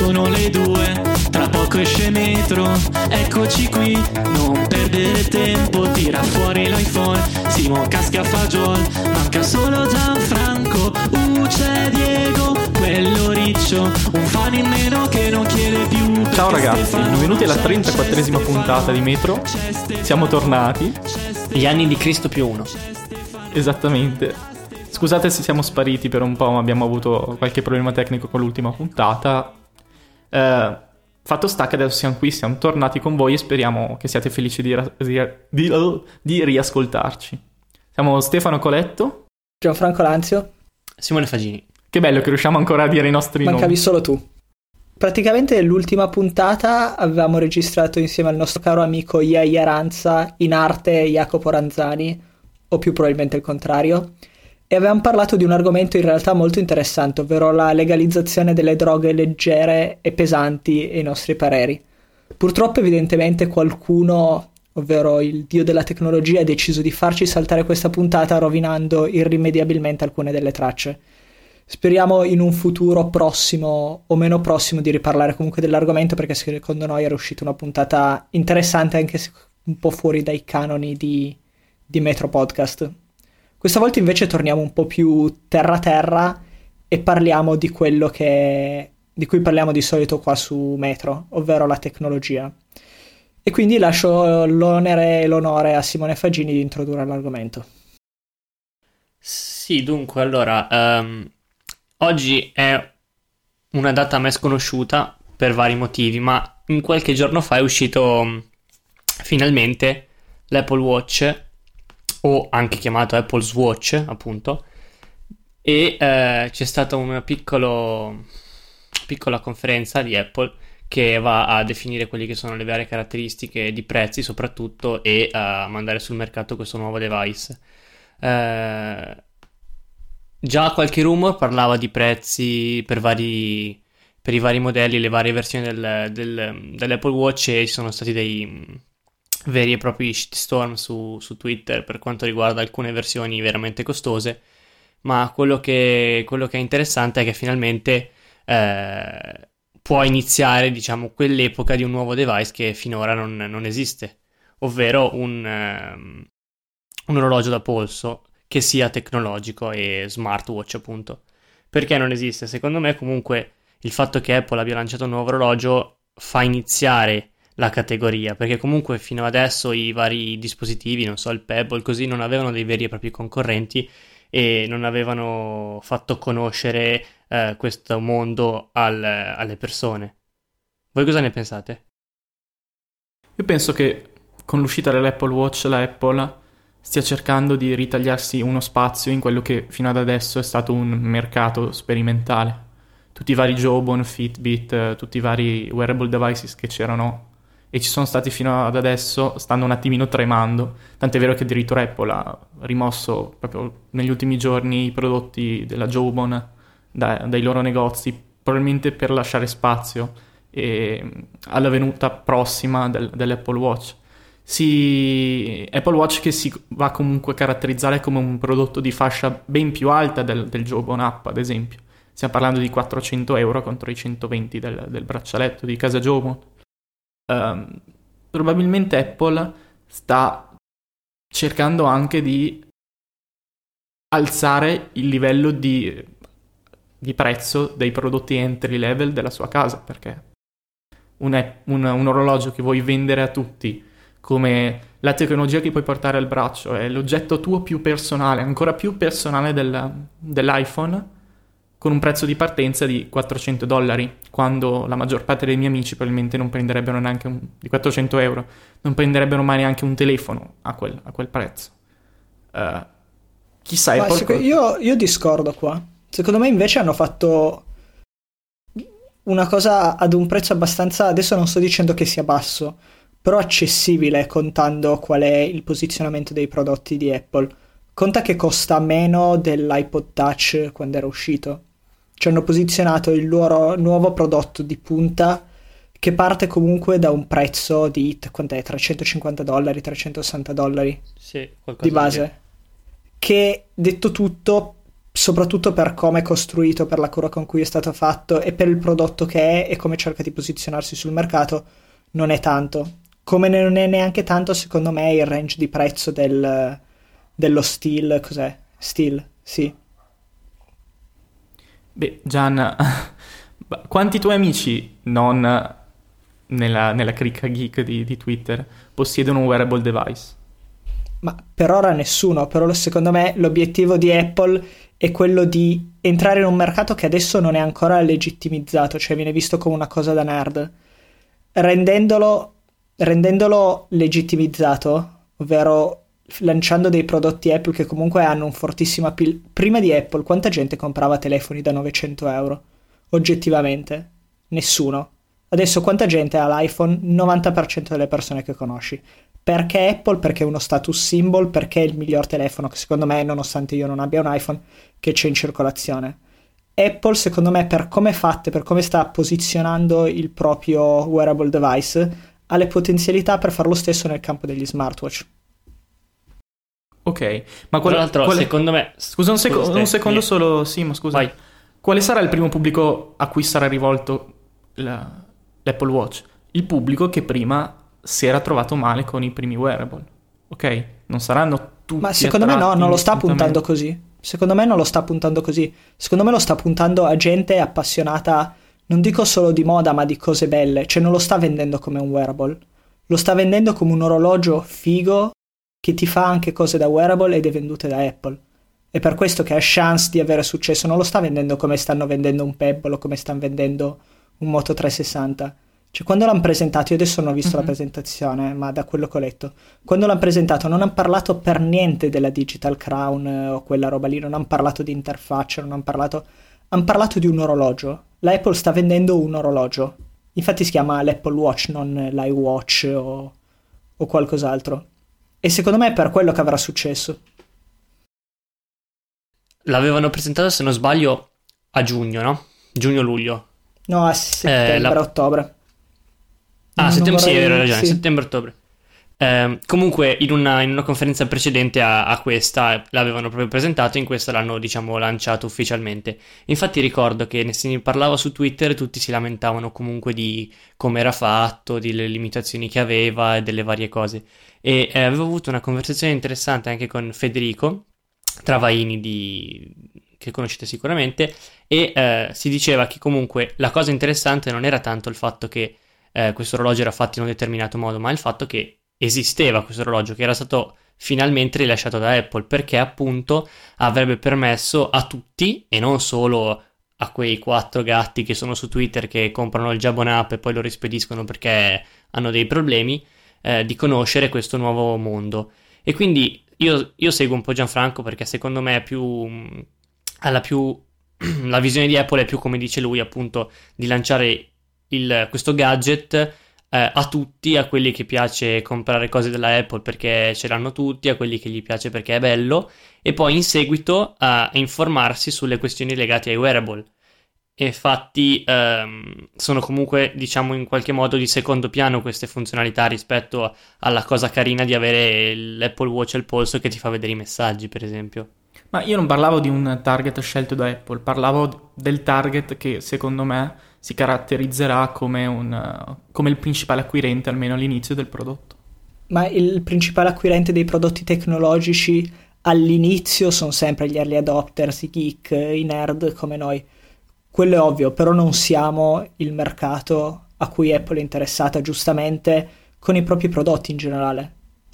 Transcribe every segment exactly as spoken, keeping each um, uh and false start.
sono le due, tra poco esce Metro, eccoci qui, non perdere tempo, tira fuori l'iPhone, Simo casca fagiol, manca solo Gianfranco, uh c'è Diego, quello riccio, un fan in meno che non chiede più. Ciao ragazzi, benvenuti alla trentaquattresima puntata di Metro, siamo tornati. Gli anni di Cristo più uno. Esattamente. Scusate se siamo spariti per un po', ma abbiamo avuto qualche problema tecnico con l'ultima puntata. Eh, fatto sta che adesso siamo qui, siamo tornati con voi e speriamo che siate felici di, ra- di, di, di riascoltarci. Siamo Stefano Coletto, Gianfranco Lanzio, Simone Fagini. Che bello che riusciamo ancora a dire i nostri Mancavi nomi. solo tu. Praticamente l'ultima puntata avevamo registrato insieme al nostro caro amico Iaia Ranza, in arte Jacopo Ranzani, o più probabilmente il contrario, e avevamo parlato di un argomento in realtà molto interessante, ovvero la legalizzazione delle droghe leggere e pesanti e i nostri pareri. Purtroppo evidentemente qualcuno, ovvero il dio della tecnologia, ha deciso di farci saltare questa puntata rovinando irrimediabilmente alcune delle tracce. Speriamo in un futuro prossimo o meno prossimo di riparlare comunque dell'argomento, perché secondo noi era uscita una puntata interessante anche se un po' fuori dai canoni di, di Metro Podcast. Questa volta invece torniamo un po' più terra terra e parliamo di quello che di cui parliamo di solito qua su Metro, ovvero la tecnologia. E quindi lascio l'onere e l'onore a Simone Fagini di introdurre l'argomento. Sì, dunque, allora, um, oggi è una data a me sconosciuta per vari motivi, ma in qualche giorno fa è uscito um, finalmente l'Apple Watch, o anche chiamato Apple Swatch, appunto, e eh, c'è stata una piccolo, piccola conferenza di Apple che va a definire quelle che sono le varie caratteristiche di prezzi soprattutto e a mandare sul mercato questo nuovo device. Eh, già qualche rumor parlava di prezzi per vari per i vari modelli, le varie versioni del, del, dell'Apple Watch, e ci sono stati dei veri e propri shitstorm su, su Twitter per quanto riguarda alcune versioni veramente costose. Ma quello che, quello che è interessante è che finalmente eh, può iniziare, diciamo, quell'epoca di un nuovo device che finora non, non esiste, ovvero un, um, un orologio da polso che sia tecnologico e smartwatch, appunto. Perché non esiste? Secondo me comunque il fatto che Apple abbia lanciato un nuovo orologio fa iniziare la categoria, perché comunque fino adesso i vari dispositivi, non so, il Pebble così, non avevano dei veri e propri concorrenti e non avevano fatto conoscere eh, questo mondo al, alle persone. Voi cosa ne pensate? Io penso che con l'uscita dell'Apple Watch la Apple stia cercando di ritagliarsi uno spazio in quello che fino ad adesso è stato un mercato sperimentale. Tutti i vari Jawbone, Fitbit, eh, tutti i vari wearable devices che c'erano e ci sono stati fino ad adesso stanno un attimino tremando, tant'è vero che addirittura Apple ha rimosso proprio negli ultimi giorni i prodotti della Jawbone da, dai loro negozi, probabilmente per lasciare spazio e, alla venuta prossima del, dell'Apple Watch. Si, Apple Watch che si va comunque a caratterizzare come un prodotto di fascia ben più alta del, del Jawbone App, ad esempio. Stiamo parlando di quattrocento euro contro i centoventi del, del braccialetto di casa Jawbone. Um, probabilmente Apple sta cercando anche di alzare il livello di, di prezzo dei prodotti entry level della sua casa, perché un, un, un orologio che vuoi vendere a tutti come la tecnologia che puoi portare al braccio è l'oggetto tuo più personale, ancora più personale del, dell'iPhone, con un prezzo di partenza di quattrocento dollari, quando la maggior parte dei miei amici probabilmente non prenderebbero neanche un, di quattrocento euro, non prenderebbero mai neanche un telefono a quel, a quel prezzo. Uh, chissà, Ma Apple... seco- io, io discordo qua. Secondo me invece hanno fatto una cosa ad un prezzo abbastanza, adesso non sto dicendo che sia basso, però accessibile, contando qual è il posizionamento dei prodotti di Apple. Conta che costa meno dell'iPod Touch quando era uscito. Ci hanno posizionato il loro nuovo prodotto di punta che parte comunque da un prezzo di quant'è? trecentocinquanta dollari, trecentosessanta dollari sì, di base. Che, detto tutto, soprattutto per come è costruito, per la cura con cui è stato fatto e per il prodotto che è e come cerca di posizionarsi sul mercato, non è tanto. Come non è neanche tanto, secondo me, il range di prezzo del, dello Steel, cos'è? Steel, sì. Beh, Gian, quanti tuoi amici, non nella, nella cricca geek di, di Twitter, possiedono un wearable device? Ma per ora nessuno, però secondo me l'obiettivo di Apple è quello di entrare in un mercato che adesso non è ancora legittimizzato, cioè viene visto come una cosa da nerd, rendendolo, rendendolo legittimizzato, ovvero lanciando dei prodotti Apple che comunque hanno un fortissimo appeal. Prima di Apple quanta gente comprava telefoni da novecento euro? Oggettivamente nessuno. Adesso quanta gente ha l'iPhone? novanta per cento delle persone che conosci. Perché Apple? Perché è uno status symbol, perché è il miglior telefono che secondo me, nonostante io non abbia un iPhone, che c'è in circolazione. Apple secondo me, per come è fatta, per come sta posizionando il proprio wearable device, ha le potenzialità per fare lo stesso nel campo degli smartwatch. Ok, ma qual- tra l'altro qual- secondo me scusa un, seco- scusa, un secondo sì. solo, sì, ma scusa. Vai. Quale sarà il primo pubblico a cui sarà rivolto la- l'Apple Watch? Il pubblico che prima si era trovato male con i primi wearable, ok? Non saranno tutti Ma secondo me no, attratti non lo sta distintamente. puntando così. Secondo me non lo sta puntando così. Secondo me lo sta puntando a gente appassionata, non dico solo di moda, ma di cose belle. Cioè non lo sta vendendo come un wearable. Lo sta vendendo come un orologio figo che ti fa anche cose da wearable ed è vendute da Apple. È per questo che ha chance di avere successo. Non lo sta vendendo come stanno vendendo un Pebble o come stanno vendendo un Moto trecentosessanta. Cioè quando l'hanno presentato, io adesso non ho visto Mhm. la presentazione, ma da quello che ho letto, quando l'hanno presentato non hanno parlato per niente della Digital Crown eh, o quella roba lì, non hanno parlato di interfaccia, non hanno parlato... hanno parlato di un orologio. La Apple sta vendendo un orologio. Infatti si chiama l'Apple Watch, non l'iWatch o, o qualcos'altro. E secondo me è per quello che avrà successo. L'avevano presentato, se non sbaglio, a giugno, no? Giugno-luglio. No, a settembre, la- ottobre. Ah, Non settembre, sì, vorrei- hai ragione, sì. settembre-ottobre. Ehm, comunque, in una, in una conferenza precedente a, a questa l'avevano proprio presentato, in questa l'hanno, diciamo, lanciato ufficialmente. Infatti ricordo che ne se ne parlava su Twitter, tutti si lamentavano comunque di come era fatto, delle limitazioni che aveva e delle varie cose. E eh, avevo avuto una conversazione interessante anche con Federico Travaini, di... che conoscete sicuramente, e eh, si diceva che comunque la cosa interessante non era tanto il fatto che eh, questo orologio era fatto in un determinato modo, ma il fatto che esisteva questo orologio, che era stato finalmente rilasciato da Apple, perché appunto avrebbe permesso a tutti, e non solo a quei quattro gatti che sono su Twitter che comprano il Jabon app e poi lo rispediscono perché hanno dei problemi, eh, di conoscere questo nuovo mondo. E quindi io, io seguo un po' Gianfranco, perché secondo me è più alla più la visione di Apple è più, come dice lui, appunto, di lanciare il, questo gadget eh, a tutti, a quelli che piace comprare cose della Apple perché ce l'hanno tutti, a quelli che gli piace perché è bello, e poi in seguito a informarsi sulle questioni legate ai wearable. E infatti ehm, sono comunque, diciamo, in qualche modo di secondo piano queste funzionalità rispetto alla cosa carina di avere l'Apple Watch al polso che ti fa vedere i messaggi, per esempio. Ma io non parlavo di un target scelto da Apple, parlavo del target che secondo me si caratterizzerà come, un, come il principale acquirente, almeno all'inizio del prodotto. Ma il principale acquirente dei prodotti tecnologici all'inizio sono sempre gli early adopters, i geek, i nerd come noi. Quello è ovvio, però non siamo il mercato a cui Apple è interessata, giustamente, con i propri prodotti in generale.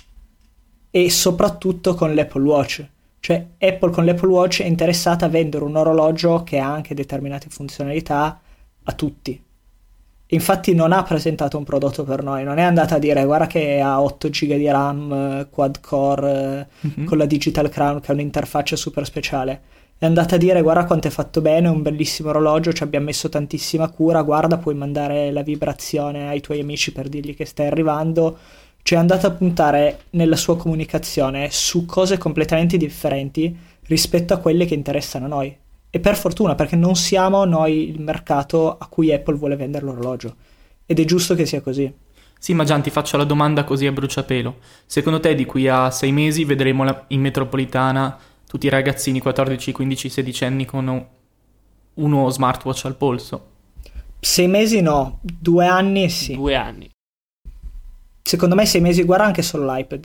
E soprattutto con l'Apple Watch. Cioè Apple con l'Apple Watch è interessata a vendere un orologio che ha anche determinate funzionalità a tutti. Infatti non ha presentato un prodotto per noi, non è andata a dire guarda che ha otto giga di RAM, quad core, Mhm. con la Digital Crown che ha un'interfaccia super speciale. È andata a dire guarda quanto è fatto bene, è un bellissimo orologio, ci abbiamo messo tantissima cura, guarda puoi mandare la vibrazione ai tuoi amici per dirgli che stai arrivando. Cioè è andata a puntare nella sua comunicazione su cose completamente differenti rispetto a quelle che interessano a noi. E per fortuna, perché non siamo noi il mercato a cui Apple vuole vendere l'orologio. Ed è giusto che sia così. Sì, ma Gian, ti faccio la domanda così a bruciapelo. Secondo te di qui a sei mesi vedremo la- in metropolitana tutti i ragazzini quattordici, quindici, sedici anni con uno smartwatch al polso. Sei mesi no, due anni sì. Due anni. Secondo me sei mesi, guarda anche solo l'iPad.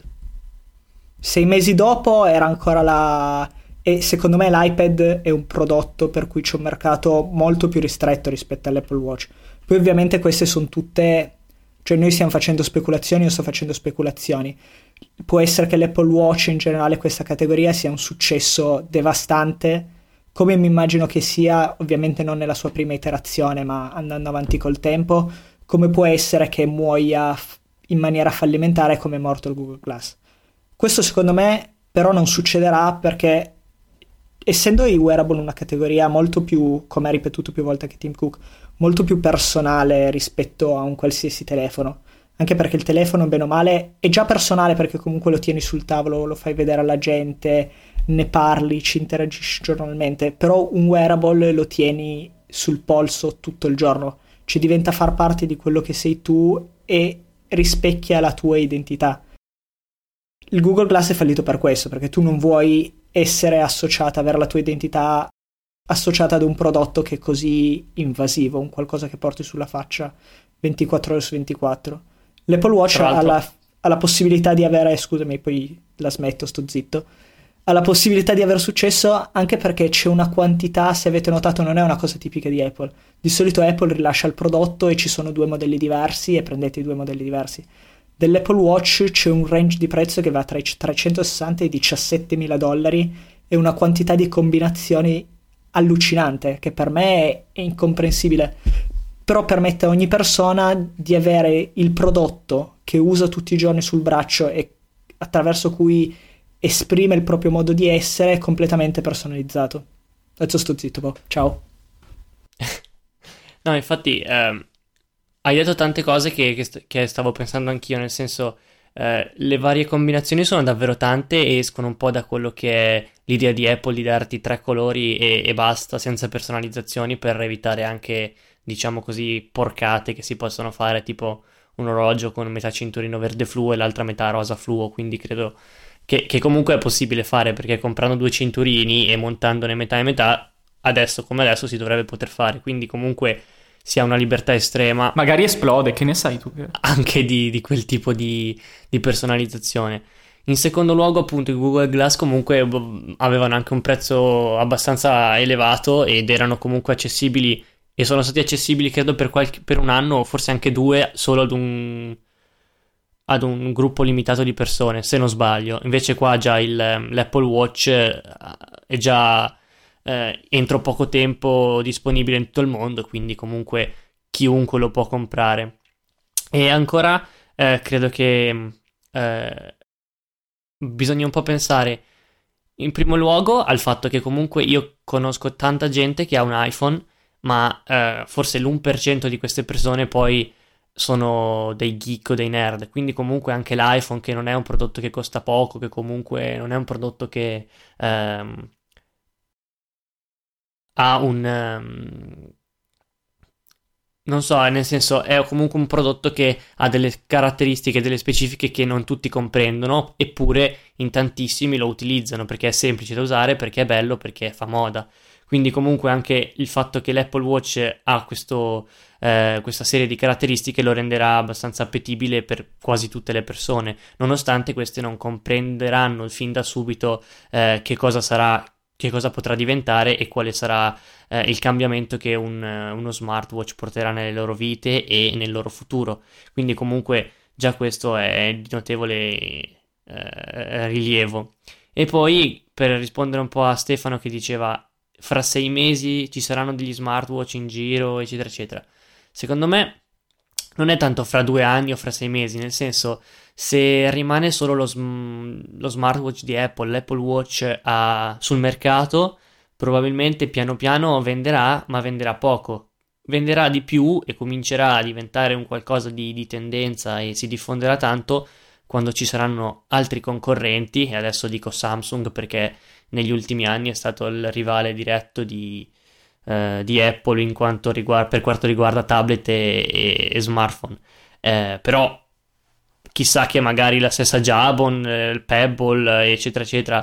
Sei mesi dopo era ancora la... E secondo me l'iPad è un prodotto per cui c'è un mercato molto più ristretto rispetto all'Apple Watch. Poi ovviamente queste sono tutte... Cioè noi stiamo facendo speculazioni, io sto facendo speculazioni. Può essere che l'Apple Watch in generale, questa categoria, sia un successo devastante, come mi immagino che sia, ovviamente non nella sua prima iterazione, ma andando avanti col tempo, come può essere che muoia in maniera fallimentare come è morto il Google Glass. Questo secondo me però non succederà perché, essendo i wearable una categoria molto più, come ha ripetuto più volte anche Tim Cook, molto più personale rispetto a un qualsiasi telefono, anche perché il telefono bene o male è già personale perché comunque lo tieni sul tavolo, lo fai vedere alla gente, ne parli, ci interagisci giornalmente, però un wearable lo tieni sul polso tutto il giorno, ci diventa far parte di quello che sei tu e rispecchia la tua identità. Il Google Glass è fallito per questo, perché tu non vuoi essere associata, avere la tua identità associata ad un prodotto che è così invasivo, un qualcosa che porti sulla faccia ventiquattro ore su ventiquattro. L'Apple Watch ha la, ha la possibilità di avere, scusami, poi la smetto, sto zitto, ha la possibilità di avere successo anche perché c'è una quantità, se avete notato non è una cosa tipica di Apple. Di solito Apple rilascia il prodotto e ci sono due modelli diversi e prendete i due modelli diversi. Dell'Apple Watch c'è un range di prezzo che va tra i trecentosessanta e i diciassettemila dollari e una quantità di combinazioni allucinante che per me è incomprensibile, però permette a ogni persona di avere il prodotto che usa tutti i giorni sul braccio e attraverso cui esprime il proprio modo di essere completamente personalizzato. Adesso sto zitto, po'. Ciao. No, infatti eh, hai detto tante cose che, che, st- che stavo pensando anch'io, nel senso eh, le varie combinazioni sono davvero tante e escono un po' da quello che è l'idea di Apple di darti tre colori e, e basta, senza personalizzazioni, per evitare anche, diciamo così, porcate che si possono fare, tipo un orologio con metà cinturino verde fluo e l'altra metà rosa fluo, quindi credo che, che comunque è possibile fare, perché comprando due cinturini e montandone metà e metà, adesso come adesso si dovrebbe poter fare, quindi comunque si ha una libertà estrema. Magari esplode, che ne sai tu? Anche di, di quel tipo di, di personalizzazione. In secondo luogo, appunto, i Google Glass comunque avevano anche un prezzo abbastanza elevato ed erano comunque accessibili, e sono stati accessibili credo per, qualche, per un anno o forse anche due, solo ad un, ad un gruppo limitato di persone, se non sbaglio. Invece qua già il, l'Apple Watch è già eh, entro poco tempo disponibile in tutto il mondo, quindi comunque chiunque lo può comprare. E ancora eh, credo che eh, bisogna un po' pensare in primo luogo al fatto che comunque io conosco tanta gente che ha un iPhone, ma eh, forse l'uno per cento di queste persone poi sono dei geek o dei nerd, quindi comunque anche l'iPhone, che non è un prodotto che costa poco, che comunque non è un prodotto che ehm, ha un um, non so, nel senso è comunque un prodotto che ha delle caratteristiche, delle specifiche che non tutti comprendono, eppure in tantissimi lo utilizzano perché è semplice da usare, perché è bello, perché fa moda. Quindi comunque anche il fatto che l'Apple Watch ha questo, eh, questa serie di caratteristiche lo renderà abbastanza appetibile per quasi tutte le persone, nonostante queste non comprenderanno fin da subito eh, che cosa sarà, che cosa potrà diventare e quale sarà eh, il cambiamento che un, uno smartwatch porterà nelle loro vite e nel loro futuro. Quindi comunque già questo è di notevole eh, rilievo. E poi, per rispondere un po' a Stefano che diceva fra sei mesi ci saranno degli smartwatch in giro, eccetera eccetera, secondo me non è tanto fra due anni o fra sei mesi, nel senso, se rimane solo lo, sm- lo smartwatch di Apple, l'Apple Watch a- sul mercato, probabilmente piano piano venderà, ma venderà poco. Venderà di più e comincerà a diventare un qualcosa di, di tendenza e si diffonderà tanto quando ci saranno altri concorrenti, e adesso dico Samsung perché negli ultimi anni è stato il rivale diretto di, eh, di Apple in quanto riguarda, per quanto riguarda tablet e, e, e smartphone. Eh, però chissà che magari la stessa Jabon, eh, il Pebble, eccetera eccetera,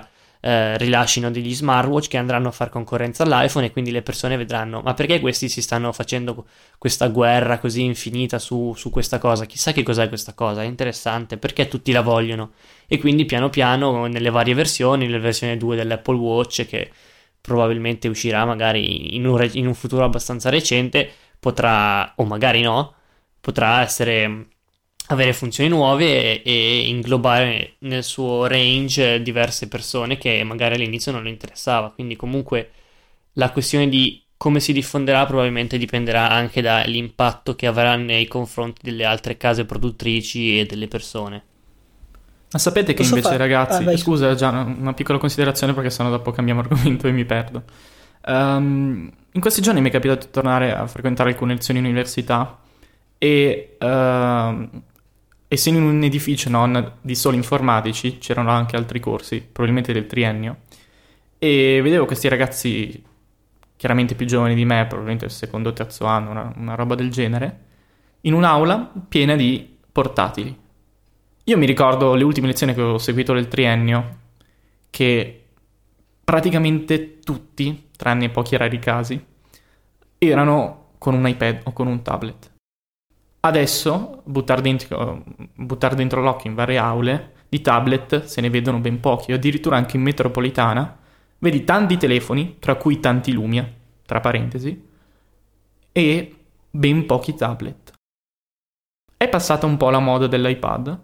eh, rilascino degli smartwatch che andranno a far concorrenza all'iPhone, e quindi le persone vedranno: ma perché questi si stanno facendo questa guerra così infinita su, su questa cosa? Chissà che cos'è questa cosa, è interessante, perché tutti la vogliono? E quindi piano piano nelle varie versioni, nella versione due dell'Apple Watch, che probabilmente uscirà magari in un, re- in un futuro abbastanza recente, potrà, o magari no, potrà essere, avere funzioni nuove e, e inglobare nel suo range diverse persone che magari all'inizio non lo interessava. Quindi comunque la questione di come si diffonderà probabilmente dipenderà anche dall'impatto che avrà nei confronti delle altre case produttrici e delle persone. Ma sapete che Posso invece, fa- ragazzi, ah, vai. scusa Gian, una piccola considerazione perché sennò dopo cambiamo argomento e mi perdo. Ehm, in questi giorni mi è capitato di tornare a frequentare alcune lezioni in università e ehm, essendo in un edificio non di solo informatici, c'erano anche altri corsi, probabilmente del triennio, e vedevo questi ragazzi chiaramente più giovani di me, probabilmente il secondo o terzo anno, una, una roba del genere, in un'aula piena di portatili. Io mi ricordo le ultime lezioni che ho seguito del triennio, che praticamente tutti, tranne pochi rari casi, erano con un iPad o con un tablet. Adesso, buttare dentro, buttare dentro l'occhio in varie aule, di tablet se ne vedono ben pochi, o addirittura anche in metropolitana, vedi tanti telefoni, tra cui tanti Lumia, tra parentesi, e ben pochi tablet. È passata un po' la moda dell'iPad?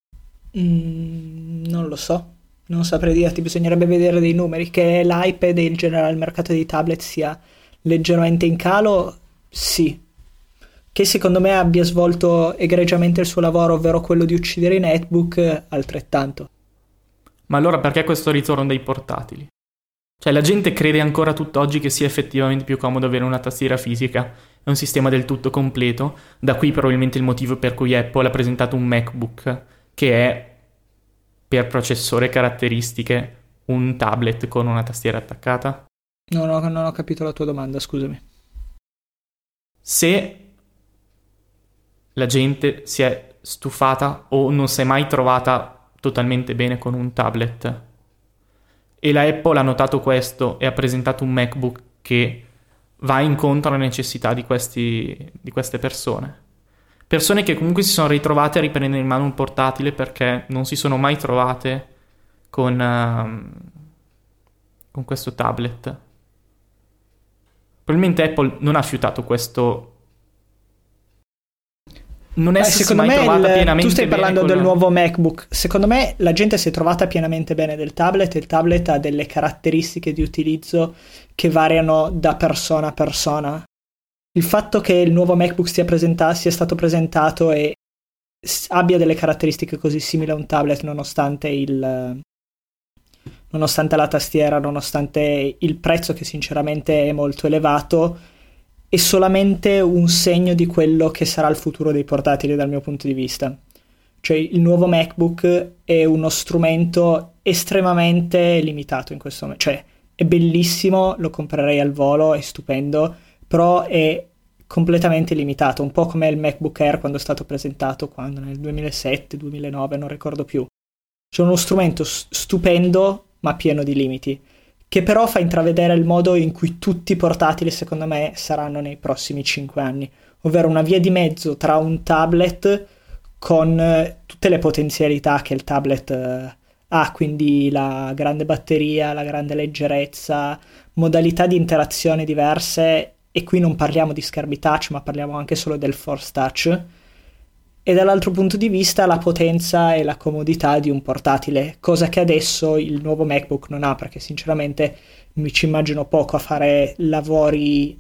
Mm, non lo so, non saprei dirti, bisognerebbe vedere dei numeri. Che l'iPad e in generale il mercato dei tablet sia leggermente in calo, sì. Che secondo me abbia svolto egregiamente il suo lavoro, ovvero quello di uccidere i netbook, altrettanto. Ma allora perché questo ritorno dei portatili? Cioè la gente crede ancora tutt'oggi che sia effettivamente più comodo avere una tastiera fisica e un sistema del tutto completo, da qui probabilmente il motivo per cui Apple ha presentato un MacBook che è, per processore e caratteristiche, un tablet con una tastiera attaccata? No, no, non ho capito la tua domanda, scusami. Se la gente si è stufata o non si è mai trovata totalmente bene con un tablet e la Apple ha notato questo e ha presentato un MacBook che va incontro alle necessità di, questi, di queste persone, persone che comunque si sono ritrovate a riprendere in mano un portatile perché non si sono mai trovate con, uh, con questo tablet. Probabilmente Apple non ha fiutato questo, non Beh, essersi secondo mai me trovata il- pienamente tu stai bene parlando con- del nuovo MacBook. Secondo me la gente si è trovata pienamente bene del tablet e il tablet ha delle caratteristiche di utilizzo che variano da persona a persona. Il fatto che il nuovo MacBook sia, presenta- sia stato presentato e s- abbia delle caratteristiche così simili a un tablet nonostante il nonostante la tastiera, nonostante il prezzo che sinceramente è molto elevato, è solamente un segno di quello che sarà il futuro dei portatili dal mio punto di vista. Cioè il nuovo MacBook è uno strumento estremamente limitato in questo momento, cioè è bellissimo, lo comprerei al volo, è stupendo, però è completamente limitato, un po' come il MacBook Air quando è stato presentato, quando nel duemilasette duemilanove, non ricordo più. C'è uno strumento s- stupendo ma pieno di limiti, che però fa intravedere il modo in cui tutti i portatili secondo me saranno nei prossimi cinque anni, ovvero una via di mezzo tra un tablet con eh, tutte le potenzialità che il tablet eh, ha, quindi la grande batteria, la grande leggerezza, modalità di interazione diverse, e qui non parliamo di schermi touch ma parliamo anche solo del Force Touch, e dall'altro punto di vista la potenza e la comodità di un portatile, cosa che adesso il nuovo MacBook non ha, perché sinceramente mi ci immagino poco a fare lavori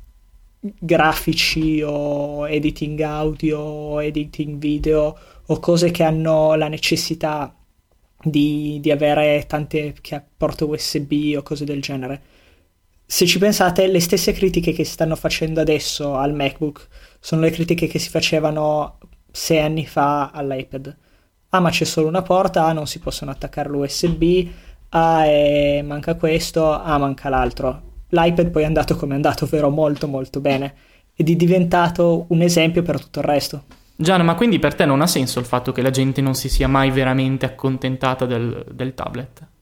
grafici o editing audio o editing video o cose che hanno la necessità di, di avere tante porte U S B o cose del genere. Se ci pensate, le stesse critiche che si stanno facendo adesso al MacBook sono le critiche che si facevano sei anni fa all'iPad. Ah, ma c'è solo una porta, ah, non si possono attaccare l'U S B, ah, e manca questo, ah, manca l'altro. L'iPad poi è andato come è andato, ovvero molto molto bene, ed è diventato un esempio per tutto il resto. Gian, ma quindi per te non ha senso il fatto che la gente non si sia mai veramente accontentata del, del tablet?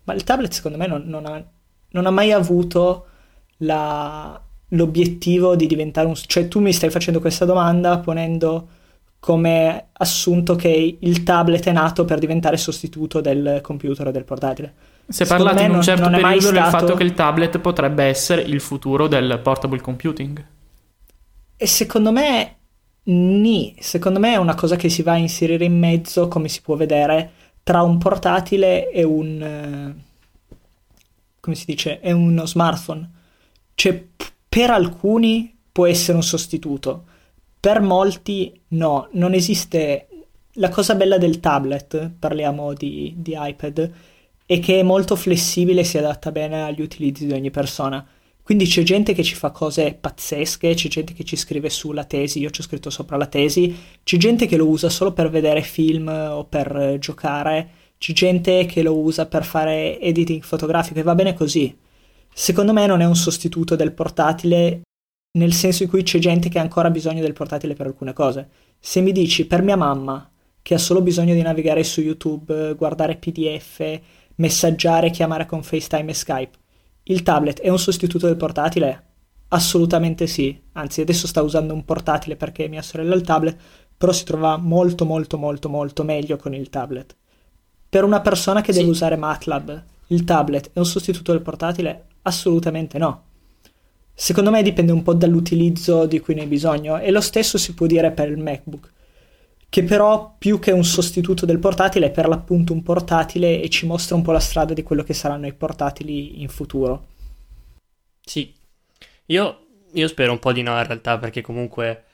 Ma il tablet secondo me non, non ha, non ha mai avuto la- l'obiettivo di diventare un... Cioè tu mi stai facendo questa domanda ponendo come assunto che il tablet è nato per diventare sostituto del computer o del portatile. Si è Secondo parlato me in un non- certo non è mai periodo del stato- fatto che il tablet potrebbe essere il futuro del portable computing. E secondo me, nì, secondo me è una cosa che si va a inserire in mezzo, come si può vedere, tra un portatile e un, eh, come si dice, è uno smartphone. Cioè, p- per alcuni può essere un sostituto, per molti no, non esiste. La cosa bella del tablet, parliamo di, di iPad, è che è molto flessibile e si adatta bene agli utilizzi di ogni persona. Quindi c'è gente che ci fa cose pazzesche, c'è gente che ci scrive sulla tesi, io ci ho scritto sopra la tesi, c'è gente che lo usa solo per vedere film o per eh, giocare, c'è gente che lo usa per fare editing fotografico e va bene così. Secondo me non è un sostituto del portatile, nel senso in cui c'è gente che ha ancora bisogno del portatile per alcune cose. Se mi dici per mia mamma, che ha solo bisogno di navigare su YouTube, guardare P D F, messaggiare, chiamare con FaceTime e Skype, il tablet è un sostituto del portatile? Assolutamente sì, anzi adesso sta usando un portatile perché mia sorella ha il tablet, però si trova molto molto molto molto meglio con il tablet. Per una persona che Sì. deve usare MATLAB, il tablet è un sostituto del portatile? Assolutamente no. Secondo me dipende un po' dall'utilizzo di cui ne hai bisogno, e lo stesso si può dire per il MacBook, che però più che un sostituto del portatile è per l'appunto un portatile e ci mostra un po' la strada di quello che saranno i portatili in futuro. Sì, io, io spero un po' di no in realtà, perché comunque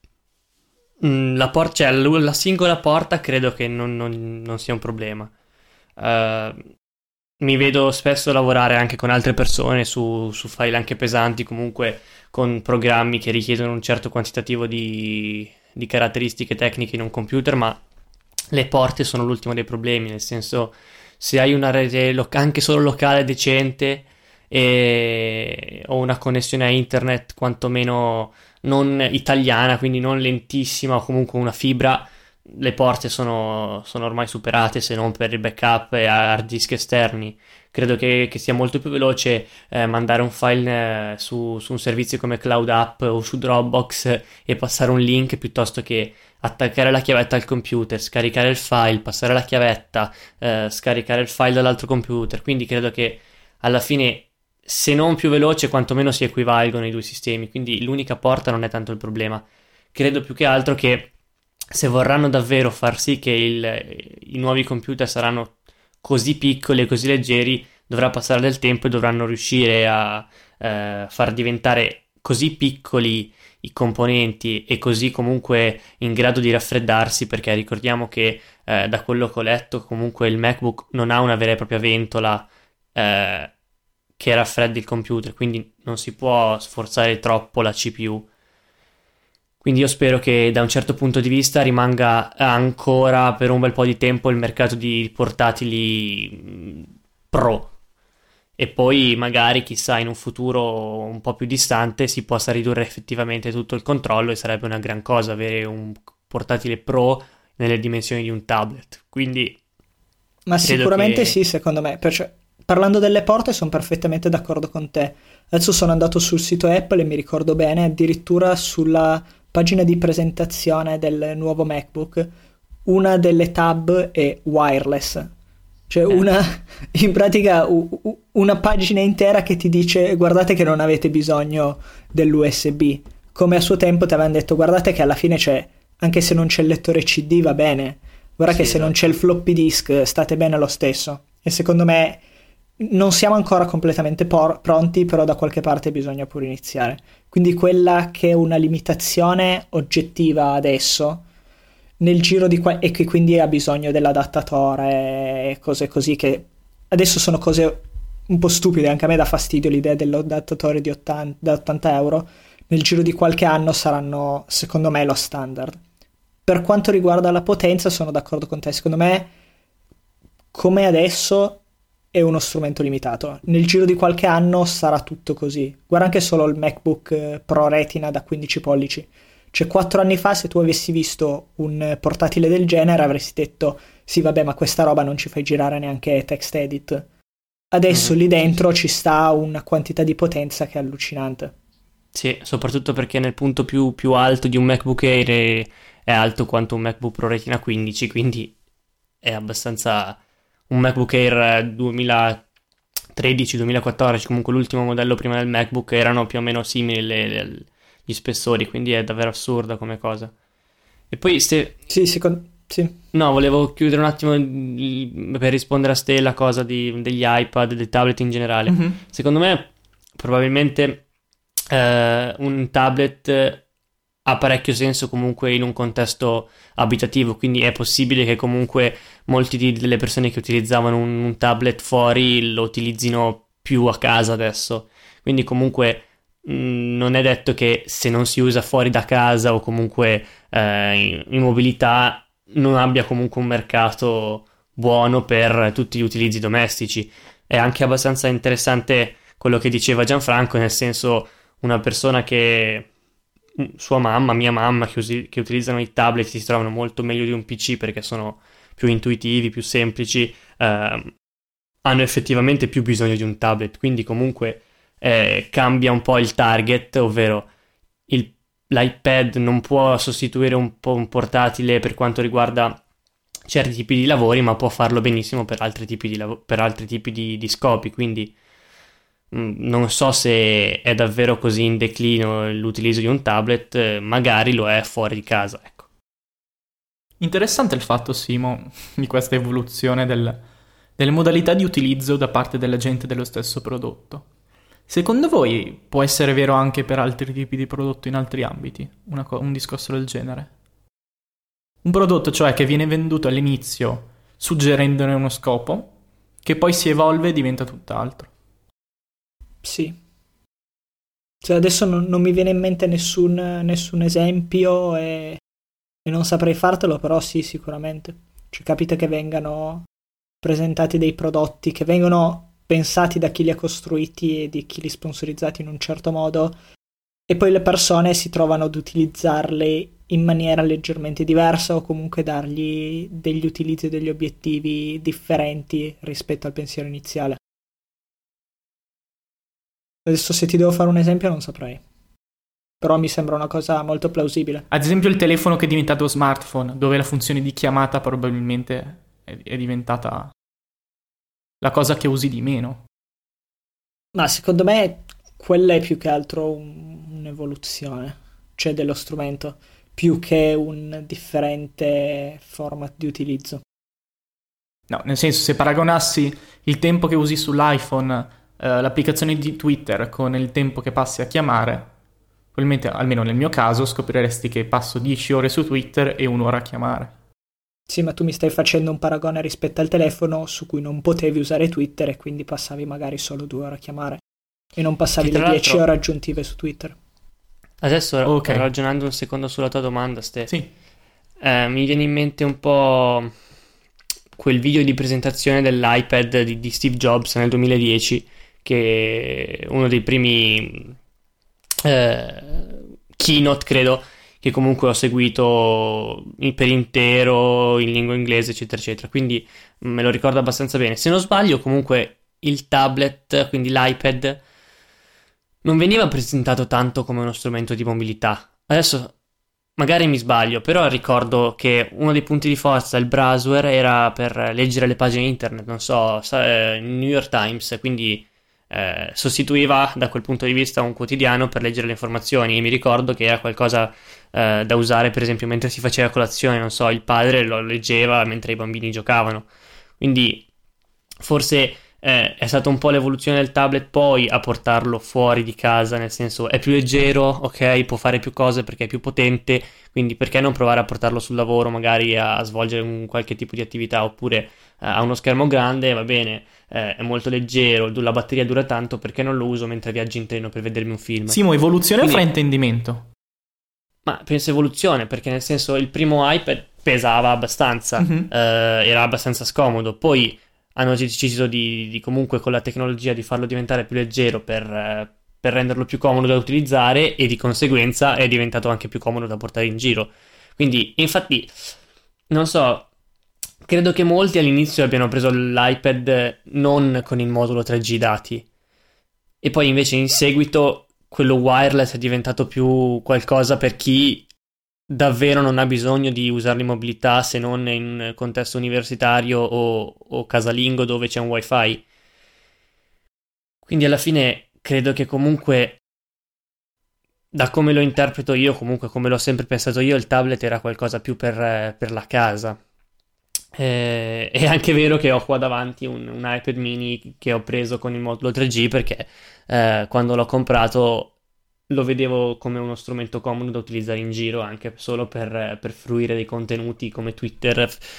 mm, la, por- cioè, l- la singola porta credo che non, non- non sia un problema. Eh, Mi vedo spesso lavorare anche con altre persone su, su file anche pesanti, comunque con programmi che richiedono un certo quantitativo di, di caratteristiche tecniche in un computer, ma le porte sono l'ultimo dei problemi, nel senso, se hai una rete lo- anche solo locale decente e- o una connessione a internet quantomeno non italiana, quindi non lentissima, o comunque una fibra, le porte sono, sono ormai superate, se non per il backup e hard disk esterni. Credo che, che sia molto più veloce eh, mandare un file eh, su, su un servizio come Cloud App o su Dropbox e passare un link, piuttosto che attaccare la chiavetta al computer, scaricare il file, passare la chiavetta, eh, scaricare il file dall'altro computer. Quindi credo che alla fine, se non più veloce, quantomeno si equivalgono i due sistemi. Quindi l'unica porta non è tanto il problema. Credo più che altro che se vorranno davvero far sì che il- i nuovi computer saranno così piccoli e così leggeri, dovrà passare del tempo e dovranno riuscire a eh, far diventare così piccoli i componenti e così comunque in grado di raffreddarsi, perché ricordiamo che eh, da quello che ho letto comunque il MacBook non ha una vera e propria ventola eh, che raffreddi il computer, quindi non si può sforzare troppo la C P U. Quindi io spero che da un certo punto di vista rimanga ancora per un bel po' di tempo il mercato di portatili mh, pro, e poi magari chissà in un futuro un po' più distante si possa ridurre effettivamente tutto il controllo, e sarebbe una gran cosa avere un portatile pro nelle dimensioni di un tablet. Quindi Ma credo sicuramente che- sì, secondo me. Perciò, parlando delle porte, sono perfettamente d'accordo con te. Adesso sono andato sul sito Apple e mi ricordo bene, addirittura sulla pagina di presentazione del nuovo MacBook, una delle tab è wireless. Cioè Eh. una, in pratica u- u- una pagina intera che ti dice guardate che non avete bisogno dell'U S B. Come a suo tempo ti avevano detto guardate che alla fine c'è, anche se non c'è il lettore C D va bene. Guarda Sì, che se non esatto. c'è il floppy disk state bene lo stesso. E secondo me non siamo ancora completamente por- pronti, però da qualche parte bisogna pure iniziare. Quindi quella che è una limitazione oggettiva adesso, nel giro di qua, e che quindi ha bisogno dell'adattatore e cose così, che adesso sono cose un po' stupide, anche a me dà fastidio l'idea dell'adattatore di ottanta, da ottanta euro, nel giro di qualche anno saranno, secondo me, lo standard. Per quanto riguarda la potenza, sono d'accordo con te, secondo me, come adesso è uno strumento limitato. Nel giro di qualche anno sarà tutto così. Guarda anche solo il MacBook eh, Pro Retina da quindici pollici. Cioè, quattro anni fa, se tu avessi visto un portatile del genere, avresti detto: sì, vabbè, ma questa roba non ci fai girare neanche TextEdit. Adesso Mhm. lì dentro ci sta una quantità di potenza che è allucinante. Sì, soprattutto perché nel punto più, più alto di un MacBook Air è, è alto quanto un MacBook Pro Retina quindici, quindi è abbastanza... Un MacBook Air duemilatredici duemilaquattordici, comunque l'ultimo modello prima del MacBook, erano più o meno simili le- le- gli spessori, quindi è davvero assurda come cosa. E poi se... Sì, secondo... sì. No, volevo chiudere un attimo il- per rispondere a ste la cosa di- degli iPad, dei tablet in generale. Mhm. Secondo me, probabilmente eh, un tablet eh, ha parecchio senso comunque in un contesto abitativo, quindi è possibile che comunque molti di- delle persone che utilizzavano un, un tablet fuori lo utilizzino più a casa adesso. Quindi comunque mh, non è detto che se non si usa fuori da casa o comunque eh, in, in mobilità non abbia comunque un mercato buono per tutti gli utilizzi domestici. È anche abbastanza interessante quello che diceva Gianfranco, nel senso una persona che sua mamma, mia mamma, che, usi- che utilizzano i tablet si trovano molto meglio di un P C perché sono più intuitivi, più semplici, ehm, hanno effettivamente più bisogno di un tablet, quindi comunque eh, cambia un po' il target, ovvero il- l'iPad non può sostituire un po' un portatile per quanto riguarda certi tipi di lavori, ma può farlo benissimo per altri tipi di, lav- per altri tipi di, di scopi, quindi mh, non so se è davvero così in declino l'utilizzo di un tablet, eh, magari lo è fuori di casa, ecco. Interessante il fatto, Simo, di questa evoluzione del- delle modalità di utilizzo da parte della gente dello stesso prodotto. Secondo voi può essere vero anche per altri tipi di prodotto in altri ambiti? Una co- un discorso del genere? Un prodotto, cioè, che viene venduto all'inizio suggerendone uno scopo, che poi si evolve e diventa tutt'altro. Sì. Cioè, adesso non, non mi viene in mente nessun, nessun esempio e, e non saprei fartelo, però sì, sicuramente. Cioè, capita che vengano presentati dei prodotti che vengono pensati da chi li ha costruiti e di chi li ha sponsorizzati in un certo modo e poi le persone si trovano ad utilizzarli in maniera leggermente diversa o comunque dargli degli utilizzi e degli obiettivi differenti rispetto al pensiero iniziale. Adesso se ti devo fare un esempio non saprei, però mi sembra una cosa molto plausibile. Ad esempio il telefono che è diventato smartphone, dove la funzione di chiamata probabilmente è, è diventata la cosa che usi di meno. Ma secondo me quella è più che altro un- un'evoluzione, cioè dello strumento, più che un differente format di utilizzo. No, nel senso, se paragonassi il tempo che usi sull'iPhone, eh, l'applicazione di Twitter, con il tempo che passi a chiamare, probabilmente, almeno nel mio caso, scopriresti che passo dieci ore su Twitter e un'ora a chiamare. Sì, ma tu mi stai facendo un paragone rispetto al telefono su cui non potevi usare Twitter e quindi passavi magari solo due ore a chiamare e non passavi Che tra le dieci l'altro- ore aggiuntive su Twitter. Adesso Ok. ragionando un secondo sulla tua domanda, Ste, Sì, eh, mi viene in mente un po' quel video di presentazione dell'iPad di, di Steve Jobs nel duemiladieci, che è uno dei primi eh, keynote, credo, che comunque ho seguito in- per intero in lingua inglese, eccetera, eccetera. Quindi me lo ricordo abbastanza bene. Se non sbaglio, comunque il tablet, quindi l'iPad, non veniva presentato tanto come uno strumento di mobilità. Adesso magari mi sbaglio, però ricordo che uno dei punti di forza del browser era per leggere le pagine internet, non so, sa- eh, New York Times, quindi eh, sostituiva da quel punto di vista un quotidiano per leggere le informazioni, e mi ricordo che era qualcosa eh, da usare per esempio mentre si faceva colazione, non so, il padre lo leggeva mentre i bambini giocavano, quindi forse eh, è stata un po' l'evoluzione del tablet poi a portarlo fuori di casa, nel senso è più leggero, ok, può fare più cose perché è più potente, quindi perché non provare a portarlo sul lavoro, magari a, a svolgere un qualche tipo di attività, oppure eh, ha uno schermo grande, va bene, eh, è molto leggero, du- la batteria dura tanto, perché non lo uso mentre viaggio in treno per vedermi un film? Simo, evoluzione Quindi- o fraintendimento? Ma penso evoluzione, perché nel senso il primo iPad pesava abbastanza, Mhm. eh, era abbastanza scomodo, poi hanno deciso di, di comunque con la tecnologia di farlo diventare più leggero per, eh, per renderlo più comodo da utilizzare, e di conseguenza è diventato anche più comodo da portare in giro. Quindi, infatti, non so, credo che molti all'inizio abbiano preso l'iPad non con il modulo tre G dati e poi invece in seguito quello wireless è diventato più qualcosa per chi davvero non ha bisogno di usare l'immobilità se non in un contesto universitario o, o casalingo dove c'è un wifi. Quindi alla fine credo che comunque, da come lo interpreto io, comunque come l'ho sempre pensato io, il tablet era qualcosa più per, per la casa. Eh, è anche vero che ho qua davanti un, un iPad mini che ho preso con il modulo tre G perché eh, quando l'ho comprato lo vedevo come uno strumento comodo da utilizzare in giro, anche solo per, per fruire dei contenuti come Twitter,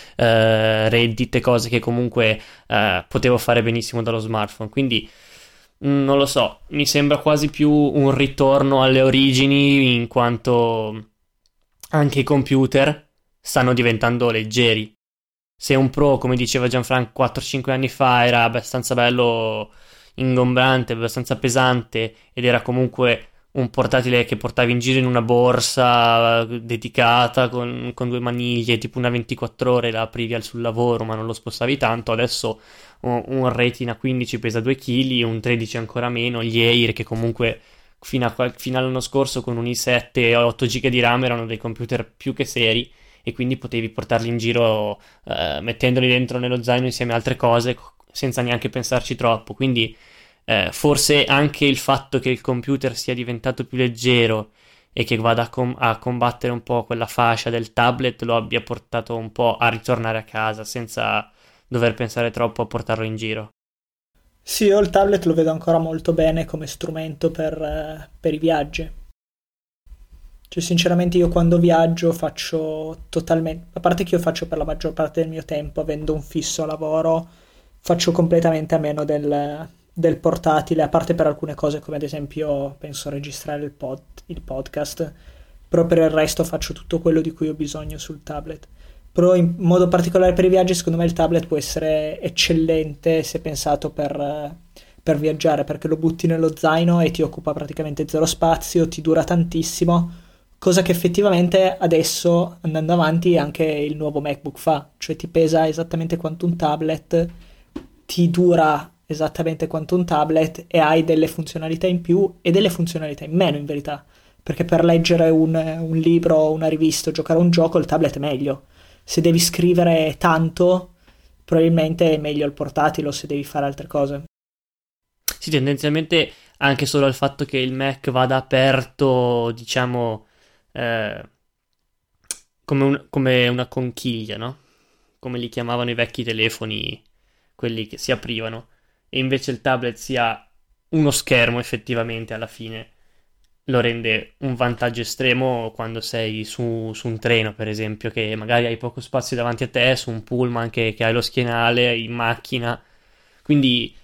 eh, Reddit e cose che comunque eh, potevo fare benissimo dallo smartphone. Quindi mh, non lo so, mi sembra quasi più un ritorno alle origini, in quanto anche i computer stanno diventando leggeri. Se un Pro, come diceva Gianfranco quattro cinque anni fa, era abbastanza bello, ingombrante, abbastanza pesante ed era comunque un portatile che portavi in giro in una borsa dedicata con, con due maniglie, tipo una ventiquattro ore, la aprivi al sul lavoro ma non lo spostavi tanto. Adesso un, un Retina quindici pesa due chili, un tredici ancora meno, gli Air che comunque fino, a, fino all'anno scorso con un i sette e otto giga di RAM erano dei computer più che seri e quindi potevi portarli in giro eh, mettendoli dentro nello zaino insieme a altre cose senza neanche pensarci troppo. Quindi eh, forse anche il fatto che il computer sia diventato più leggero e che vada a, com- a combattere un po' quella fascia del tablet lo abbia portato un po' a ritornare a casa senza dover pensare troppo a portarlo in giro. Sì, io il tablet lo vedo ancora molto bene come strumento per, eh, per i viaggi. Cioè, sinceramente io quando viaggio faccio totalmente, a parte che io faccio per la maggior parte del mio tempo, avendo un fisso a lavoro, faccio completamente a meno del, del portatile, a parte per alcune cose come ad esempio penso registrare il, pod, il podcast, però per il resto faccio tutto quello di cui ho bisogno sul tablet. Però in modo particolare per i viaggi secondo me il tablet può essere eccellente se pensato per, per viaggiare, perché lo butti nello zaino e ti occupa praticamente zero spazio, ti dura tantissimo. Cosa che effettivamente adesso, andando avanti, anche il nuovo MacBook fa. Cioè ti pesa esattamente quanto un tablet, ti dura esattamente quanto un tablet e hai delle funzionalità in più e delle funzionalità in meno in verità. Perché per leggere un, un libro, una rivista o giocare a un gioco il tablet è meglio. Se devi scrivere tanto, probabilmente è meglio il portatile o se devi fare altre cose. Sì, tendenzialmente anche solo il fatto che il Mac vada aperto, diciamo... Eh, come, un, come una conchiglia, no? Come li chiamavano i vecchi telefoni, quelli che si aprivano, e invece il tablet sia uno schermo effettivamente alla fine, lo rende un vantaggio estremo quando sei su, su un treno, per esempio, che magari hai poco spazio davanti a te, su un pullman che, che hai lo schienale, in macchina. Quindi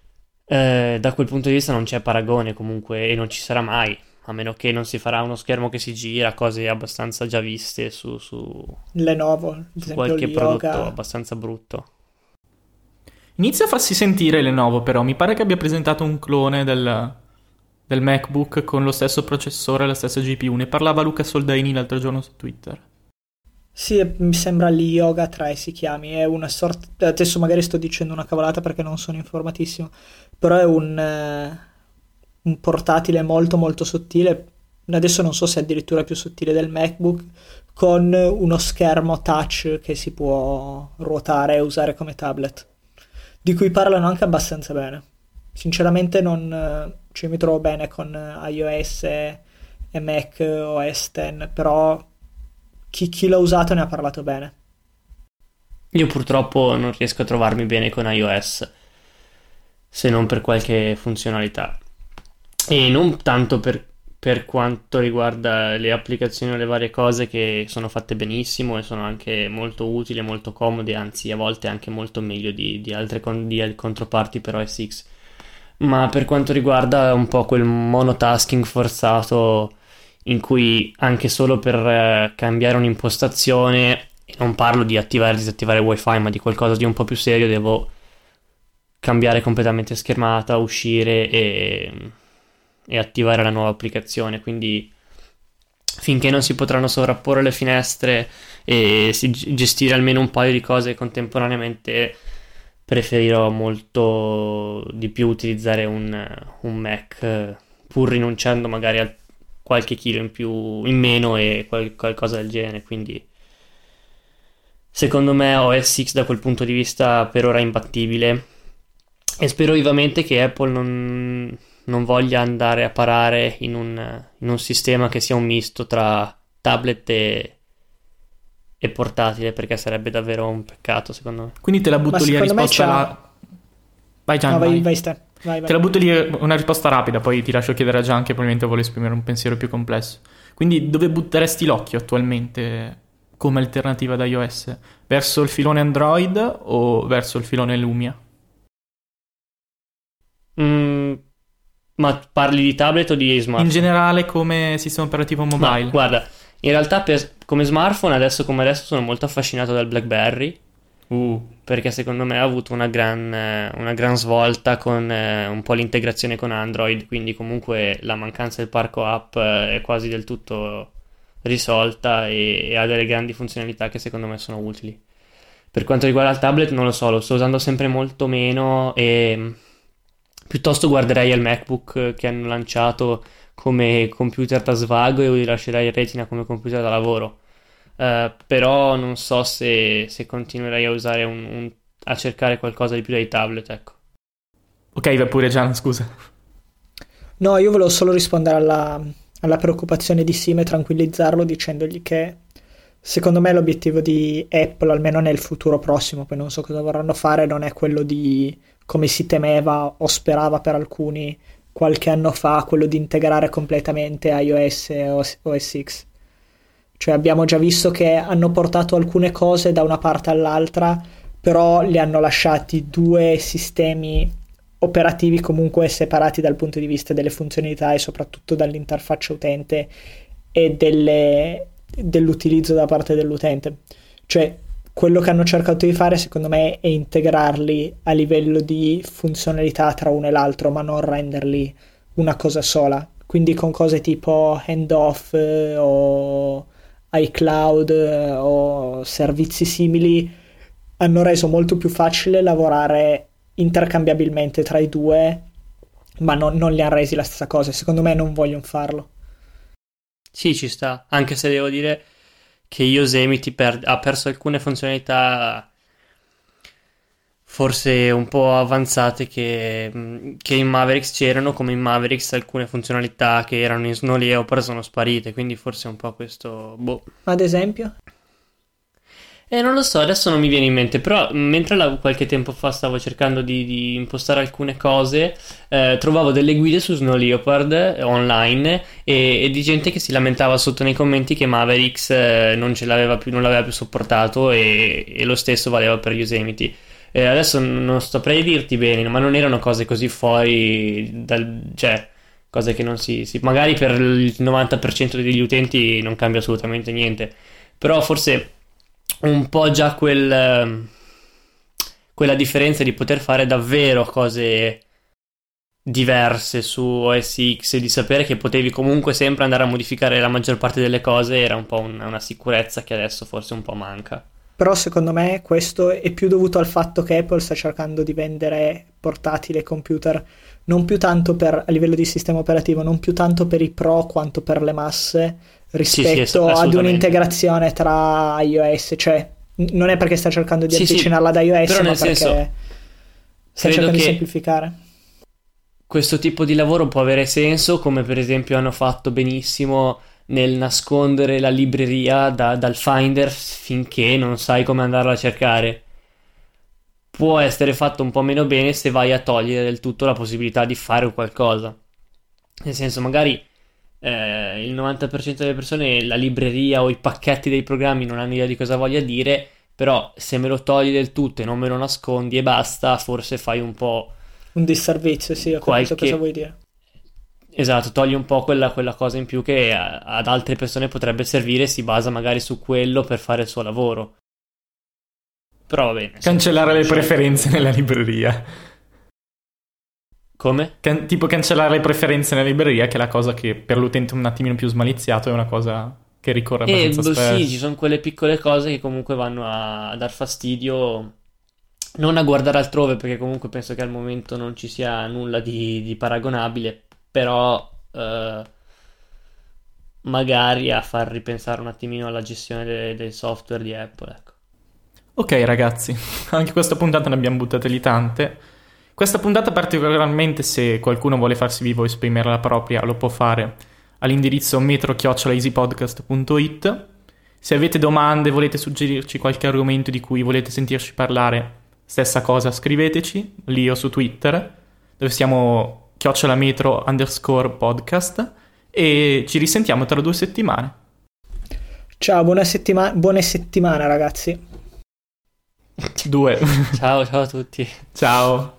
eh, da quel punto di vista non c'è paragone comunque e non ci sarà mai, a meno che non si farà uno schermo che si gira, cose abbastanza già viste su, su, Lenovo, ad su esempio qualche il prodotto Yoga. abbastanza brutto. Inizia a farsi sentire Lenovo, però mi pare che abbia presentato un clone del, del MacBook con lo stesso processore e la stessa G P U. Ne parlava Luca Soldaini l'altro giorno su Twitter. Sì, mi sembra lì Yoga tre si chiami, è una sorta, adesso magari sto dicendo una cavolata perché non sono informatissimo, però è un, eh, un portatile molto molto sottile, adesso non so se è addirittura più sottile del MacBook, con uno schermo touch che si può ruotare e usare come tablet, di cui parlano anche abbastanza bene. Sinceramente non eh, ci mi trovo bene con iOS e Mac O S X, però chi, chi l'ha usato ne ha parlato bene. Io purtroppo non riesco a trovarmi bene con iOS, se non per qualche funzionalità, e non tanto per, per quanto riguarda le applicazioni o le varie cose che sono fatte benissimo e sono anche molto utili e molto comode, anzi a volte anche molto meglio di, di altre con, di controparti per O S X, ma per quanto riguarda un po' quel monotasking forzato in cui anche solo per eh, cambiare un'impostazione, e non parlo di attivare e disattivare wifi ma di qualcosa di un po' più serio, devo cambiare completamente schermata, uscire e, e attivare la nuova applicazione. Quindi finché non si potranno sovrapporre le finestre e si gestire almeno un paio di cose contemporaneamente, preferirò molto di più utilizzare un, un Mac, pur rinunciando magari a qualche chilo in più, in meno e qual- qualcosa del genere. Quindi secondo me O S X da quel punto di vista per ora è imbattibile, e spero vivamente che Apple non, non voglia andare a parare in un, in un sistema che sia un misto tra tablet e, e portatile, perché sarebbe davvero un peccato secondo me. Quindi te la butto Ma lì a secondo me risposta c'ha- la... Vai Gian, No, vai, vai. vai, Ste. Vai, vai. Te la butto lì una risposta rapida, poi ti lascio chiedere a Gian che probabilmente vuole esprimere un pensiero più complesso. Quindi dove butteresti l'occhio attualmente come alternativa ad iOS? Verso il filone Android o verso il filone Lumia? Mm, ma parli di tablet o di smartphone? In generale come sistema operativo Ma mobile? guarda, in realtà per- come smartphone adesso come adesso sono molto affascinato dal BlackBerry, Uh, perché secondo me ha avuto una gran, eh, una gran svolta con eh, un po' l'integrazione con Android, quindi comunque la mancanza del parco app eh, è quasi del tutto risolta e, e ha delle grandi funzionalità che secondo me sono utili. Per quanto riguarda il tablet non lo so, lo sto usando sempre molto meno e mh, piuttosto guarderei al MacBook che hanno lanciato come computer da svago e lascerei il Retina come computer da lavoro. Uh, però non so se, se continuerei a usare un, un- a cercare qualcosa di più dai tablet, ecco. ok, vai pure Gian, scusa. No, io volevo solo rispondere alla, alla preoccupazione di Sim e tranquillizzarlo dicendogli che secondo me l'obiettivo di Apple, almeno nel futuro prossimo, poi non so cosa vorranno fare, non è quello di, come si temeva o sperava per alcuni qualche anno fa, quello di integrare completamente iOS e O S X. Cioè abbiamo già visto che hanno portato alcune cose da una parte all'altra, però li hanno lasciati due sistemi operativi comunque separati dal punto di vista delle funzionalità e soprattutto dall'interfaccia utente e delle- dell'utilizzo da parte dell'utente. Cioè quello che hanno cercato di fare secondo me è integrarli a livello di funzionalità tra uno e l'altro, ma non renderli una cosa sola. Quindi con cose tipo handoff eh, o iCloud eh, o servizi simili hanno reso molto più facile lavorare intercambiabilmente tra i due, ma non, non li hanno resi la stessa cosa. Secondo me non vogliono farlo. Sì, ci sta, anche se devo dire che Yosemite per- ha perso alcune funzionalità forse un po' avanzate che, mh, che in Mavericks c'erano, come in Mavericks alcune funzionalità che erano in Snow Leopard sono sparite, quindi forse è un po' questo, boh. Ad esempio? Eh, non lo so, adesso non mi viene in mente, però mh, mentre la- qualche tempo fa stavo cercando di, di impostare alcune cose, eh, trovavo delle guide su Snow Leopard eh, online e, e di gente che si lamentava sotto nei commenti che Mavericks eh, non ce l'aveva più, non l'aveva più sopportato e, e lo stesso valeva per Yosemite. Eh, adesso non saprei dirti bene, ma non erano cose così fuori dal, cioè, cose che non si, si- magari per il novanta per cento degli utenti non cambia assolutamente niente, però forse un po' già quel, ehm, quella differenza di poter fare davvero cose diverse su O S X e di sapere che potevi comunque sempre andare a modificare la maggior parte delle cose era un po' un- una sicurezza che adesso forse un po' manca. Però secondo me questo è più dovuto al fatto che Apple sta cercando di vendere portatili e computer non più tanto per, a livello di sistema operativo, non più tanto per i pro quanto per le masse Sì, sì, rispetto ad assolutamente. un'integrazione tra iOS. Cioè n- non è perché sta cercando di Sì, sì, avvicinarla ad iOS, però ma nel perché senso, sta credo cercando di che semplificare. questo tipo di lavoro può avere senso, come per esempio hanno fatto benissimo nel nascondere la libreria da- dal Finder finché non sai come andarla a cercare. Può essere fatto un po' meno bene se vai a togliere del tutto la possibilità di fare qualcosa. Nel senso, magari eh, il novanta per cento delle persone la libreria o i pacchetti dei programmi non hanno idea di cosa voglia dire, però se me lo togli del tutto e non me lo nascondi e basta, forse fai un po'. Un disservizio, sì, ho capito Qualche- cosa vuoi dire. Esatto, togli un po' quella, quella cosa in più che a- ad altre persone potrebbe servire, si basa magari su quello per fare il suo lavoro. Però va bene. Cancellare le Cioè, preferenze nella libreria. Come? Can- tipo cancellare le preferenze nella libreria, che è la cosa che per l'utente un attimino più smaliziato è una cosa che ricorre Eh, abbastanza boh, spesso. sì, ci sono quelle piccole cose che comunque vanno a dar fastidio, non a guardare altrove, perché comunque penso che al momento non ci sia nulla di, di paragonabile, però eh, magari a far ripensare un attimino alla gestione de- del software di Apple, ecco. Ok ragazzi, anche questa puntata ne abbiamo buttate lì tante. Questa puntata particolarmente, se qualcuno vuole farsi vivo e esprimere la propria, lo può fare all'indirizzo metro chiocciola easypodcast punto it. Se avete domande, volete suggerirci qualche argomento di cui volete sentirci parlare, stessa cosa, scriveteci lì o su Twitter, dove siamo chiocciola metro underscore podcast, e ci risentiamo tra due settimane. Ciao, buona settima- buone settimane ragazzi. Due. Ciao, ciao a tutti. Ciao.